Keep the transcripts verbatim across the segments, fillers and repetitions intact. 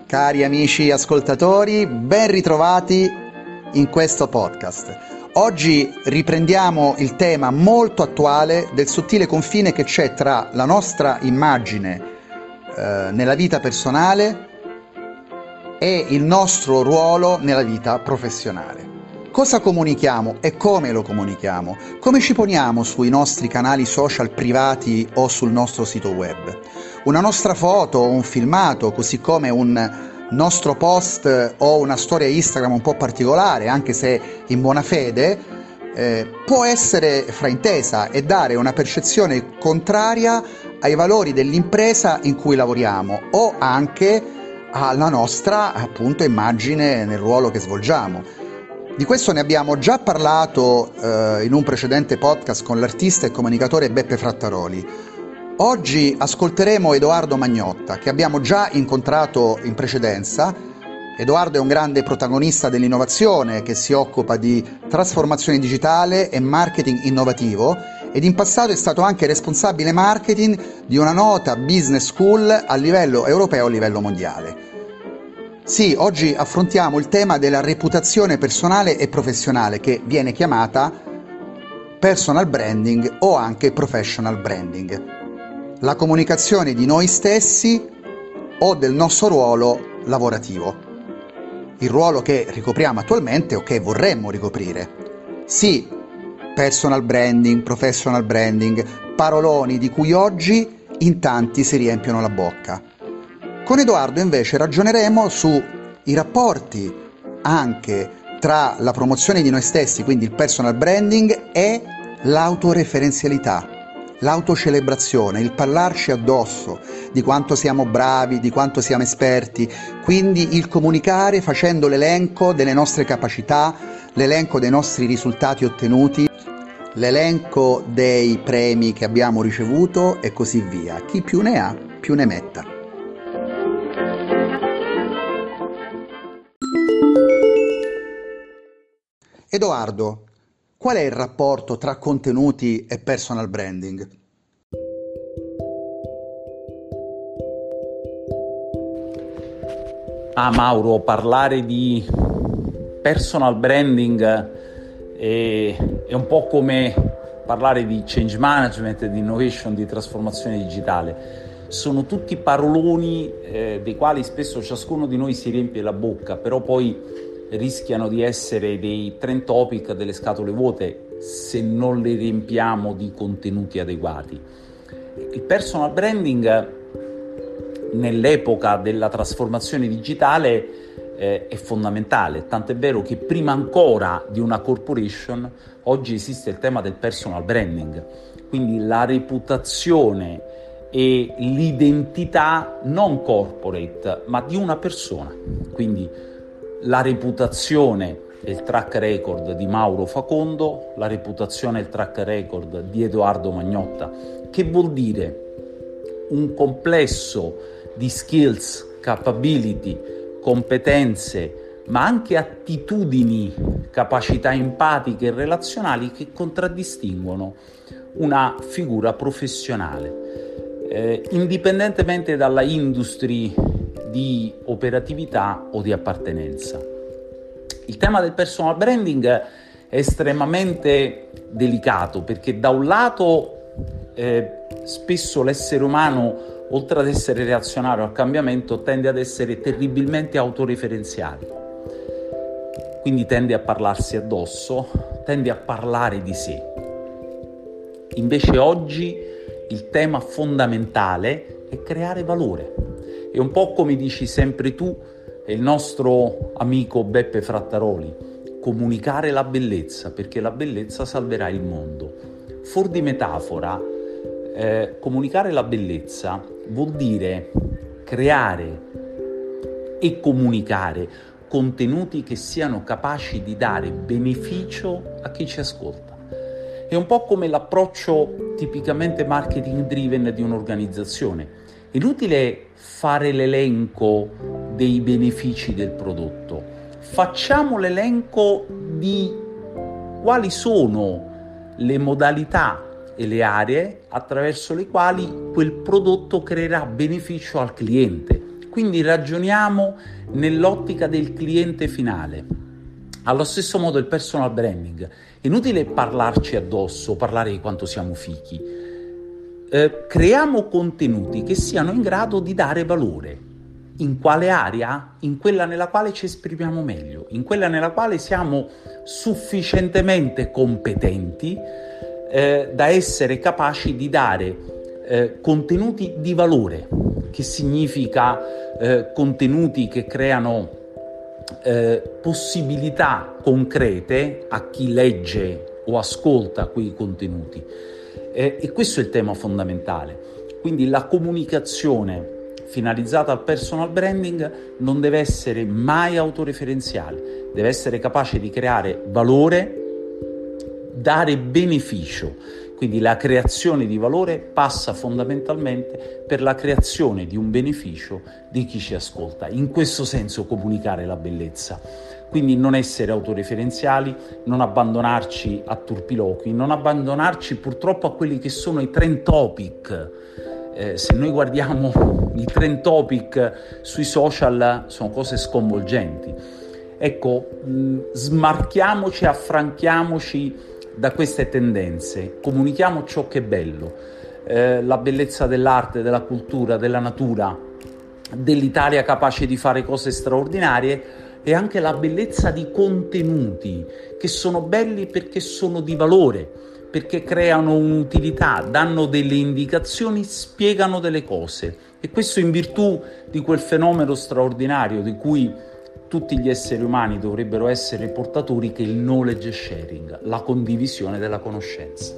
Cari amici ascoltatori, ben ritrovati in questo podcast. Oggi riprendiamo il tema molto attuale del sottile confine che c'è tra la nostra immagine eh, nella vita personale e il nostro ruolo nella vita professionale. Cosa comunichiamo e come lo comunichiamo? Come ci poniamo sui nostri canali social privati o sul nostro sito web? Una nostra foto o un filmato, così come un nostro post o una storia Instagram un po' particolare, anche se in buona fede, eh, può essere fraintesa e dare una percezione contraria ai valori dell'impresa in cui lavoriamo o anche alla nostra, appunto, immagine nel ruolo che svolgiamo. Di questo ne abbiamo già parlato eh, in un precedente podcast con l'artista e comunicatore Beppe Frattaroli. Oggi ascolteremo Edoardo Magnotta, che abbiamo già incontrato in precedenza. Edoardo è un grande protagonista dell'innovazione che si occupa di trasformazione digitale e marketing innovativo ed in passato è stato anche responsabile marketing di una nota business school a livello europeo e a livello mondiale. Sì, oggi affrontiamo il tema della reputazione personale e professionale, che viene chiamata personal branding o anche professional branding. La comunicazione di noi stessi o del nostro ruolo lavorativo, il ruolo che ricopriamo attualmente o che vorremmo ricoprire. Sì, personal branding, professional branding, paroloni di cui oggi in tanti si riempiono la bocca. Con Edoardo invece ragioneremo sui rapporti anche tra la promozione di noi stessi, quindi il personal branding, e l'autoreferenzialità. L'autocelebrazione, il parlarci addosso di quanto siamo bravi, di quanto siamo esperti, quindi il comunicare facendo l'elenco delle nostre capacità, l'elenco dei nostri risultati ottenuti, l'elenco dei premi che abbiamo ricevuto e così via. Chi più ne ha, più ne metta. Edoardo, qual è il rapporto tra contenuti e personal branding? Ah Mauro, parlare di personal branding è, è un po' come parlare di change management, di innovation, di trasformazione digitale. Sono tutti paroloni eh, dei quali spesso ciascuno di noi si riempie la bocca, però poi rischiano di essere dei trend topic, delle scatole vuote, se non le riempiamo di contenuti adeguati. Il personal branding nell'epoca della trasformazione digitale eh, è fondamentale, tant'è vero che prima ancora di una corporation oggi esiste il tema del personal branding, quindi la reputazione e l'identità non corporate ma di una persona, quindi la reputazione e il track record di Mauro Facondo, la reputazione e il track record di Edoardo Magnotta, che vuol dire un complesso di skills, capability, competenze, ma anche attitudini, capacità empatiche e relazionali che contraddistinguono una figura professionale, eh, indipendentemente dalla industry di operatività o di appartenenza. Il tema del personal branding è estremamente delicato perché da un lato eh, spesso l'essere umano, oltre ad essere reazionario al cambiamento, tende ad essere terribilmente autoreferenziale, quindi tende a parlarsi addosso, tende a parlare di sé. Invece oggi il tema fondamentale è creare valore. È un po' come dici sempre tu e il nostro amico Beppe Frattaroli: comunicare la bellezza, perché la bellezza salverà il mondo. Fuor di metafora, eh, comunicare la bellezza vuol dire creare e comunicare contenuti che siano capaci di dare beneficio a chi ci ascolta. È un po' come l'approccio tipicamente marketing driven di un'organizzazione. Inutile fare l'elenco dei benefici del prodotto, facciamo l'elenco di quali sono le modalità e le aree attraverso le quali quel prodotto creerà beneficio al cliente, Quindi ragioniamo nell'ottica del cliente finale. Allo stesso modo il personal branding. È inutile parlarci addosso, parlare di quanto siamo fichi. Eh, creiamo contenuti che siano in grado di dare valore. In quale area? In quella nella quale ci esprimiamo meglio, in quella nella quale siamo sufficientemente competenti eh, da essere capaci di dare eh, contenuti di valore, che significa eh, contenuti che creano eh, possibilità concrete a chi legge o ascolta quei contenuti. Eh, e questo è il tema fondamentale. Quindi la comunicazione finalizzata al personal branding non deve essere mai autoreferenziale, deve essere capace di creare valore, dare beneficio. Quindi la creazione di valore passa fondamentalmente per la creazione di un beneficio di chi ci ascolta. In questo senso comunicare la bellezza. Quindi non essere autoreferenziali, non abbandonarci a turpiloqui, non abbandonarci purtroppo a quelli che sono i trend topic. Eh, se noi guardiamo i trend topic sui social sono cose sconvolgenti. Ecco, mh, smarchiamoci, affranchiamoci da queste tendenze, comunichiamo ciò che è bello, eh, la bellezza dell'arte, della cultura, della natura, dell'Italia capace di fare cose straordinarie, e anche la bellezza di contenuti che sono belli perché sono di valore, perché creano un'utilità, danno delle indicazioni, spiegano delle cose. E questo in virtù di quel fenomeno straordinario di cui tutti gli esseri umani dovrebbero essere portatori, che è il knowledge sharing, la condivisione della conoscenza.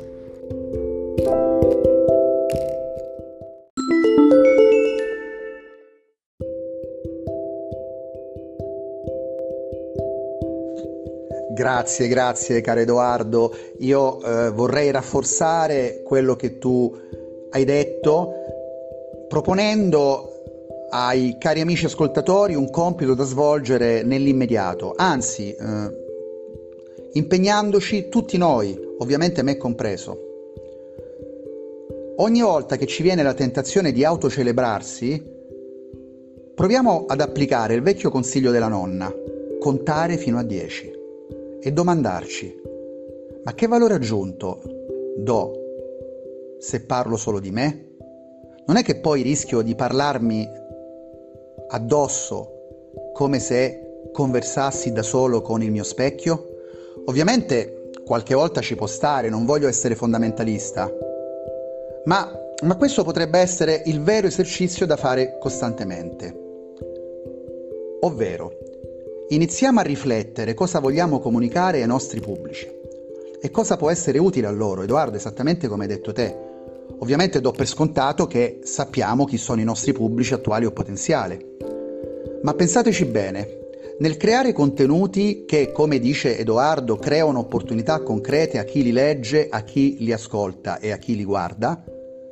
Grazie, grazie caro Edoardo. Io eh, vorrei rafforzare quello che tu hai detto, proponendo ai cari amici ascoltatori un compito da svolgere nell'immediato, anzi eh, impegnandoci tutti noi, ovviamente me compreso. Ogni volta che ci viene la tentazione di autocelebrarsi, proviamo ad applicare il vecchio consiglio della nonna: contare fino a dieci. E domandarci: ma che valore aggiunto do se parlo solo di me? Non è che poi rischio di parlarmi addosso come se conversassi da solo con il mio specchio? Ovviamente qualche volta ci può stare, non voglio essere fondamentalista, ma, ma questo potrebbe essere il vero esercizio da fare costantemente. Ovvero, iniziamo a riflettere cosa vogliamo comunicare ai nostri pubblici e cosa può essere utile a loro. Edoardo, esattamente come hai detto te. Ovviamente do per scontato che sappiamo chi sono i nostri pubblici attuali o potenziali. Ma pensateci bene, nel creare contenuti che, come dice Edoardo, creano opportunità concrete a chi li legge, a chi li ascolta e a chi li guarda,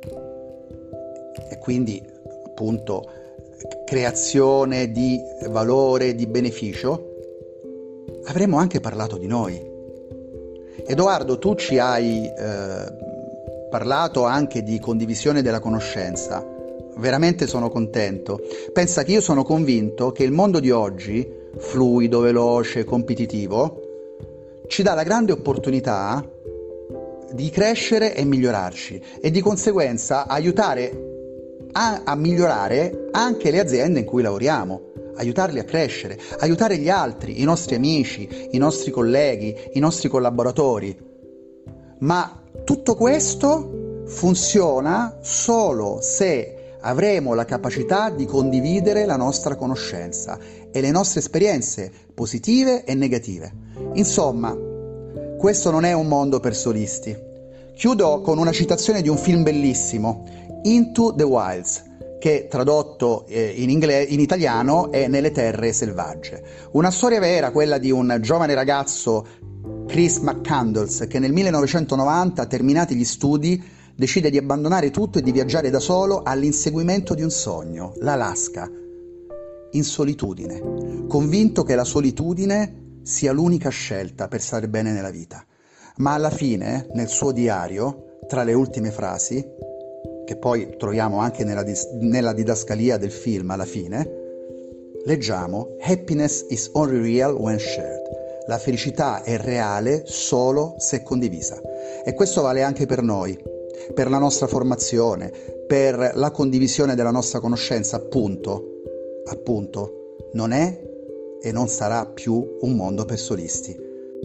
e quindi appunto creazione di valore, di beneficio, avremmo anche parlato di noi. Edoardo, tu ci hai eh, parlato anche di condivisione della conoscenza. Veramente sono contento. Pensa che io sono convinto che il mondo di oggi, fluido, veloce, competitivo, ci dà la grande opportunità di crescere e migliorarci e di conseguenza aiutare A, a migliorare anche le aziende in cui lavoriamo, aiutarli a crescere, aiutare gli altri, i nostri amici, i nostri colleghi, i nostri collaboratori. Ma tutto questo funziona solo se avremo la capacità di condividere la nostra conoscenza e le nostre esperienze positive e negative. Insomma, questo non è un mondo per solisti. Chiudo con una citazione di un film bellissimo, Into the Wilds, che tradotto eh, in, ingle- in italiano è Nelle terre selvagge. Una storia vera, quella di un giovane ragazzo, Chris McCandles, che nel millenovecentonovanta, terminati gli studi, decide di abbandonare tutto e di viaggiare da solo all'inseguimento di un sogno, l'Alaska, in solitudine, convinto che la solitudine sia l'unica scelta per stare bene nella vita. Ma alla fine, nel suo diario, tra le ultime frasi, che poi troviamo anche nella, dis- nella didascalia del film alla fine, leggiamo happiness is only real when shared. La felicità è reale solo se condivisa. E questo vale anche per noi, per la nostra formazione, per la condivisione della nostra conoscenza, appunto, appunto, non è e non sarà più un mondo per solisti.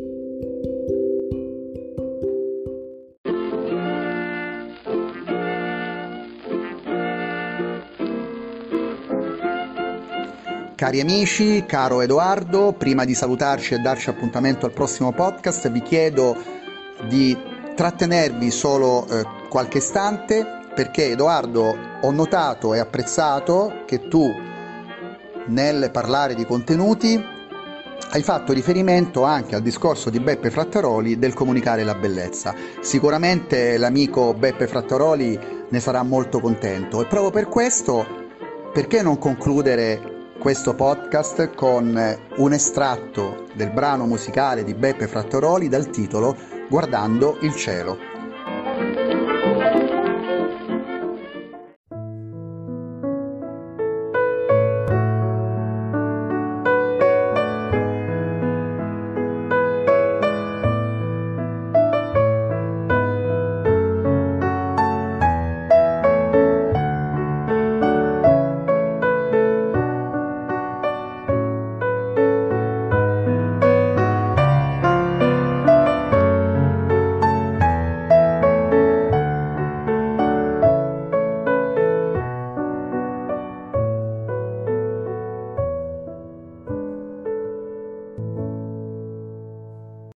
Cari amici, caro Edoardo, prima di salutarci e darci appuntamento al prossimo podcast, vi chiedo di trattenervi solo eh, qualche istante, perché Edoardo, ho notato e apprezzato che tu nel parlare di contenuti hai fatto riferimento anche al discorso di Beppe Frattaroli del comunicare la bellezza. Sicuramente l'amico Beppe Frattaroli ne sarà molto contento e proprio per questo, perché non concludere questo podcast con un estratto del brano musicale di Beppe Frattaroli dal titolo Guardando il cielo.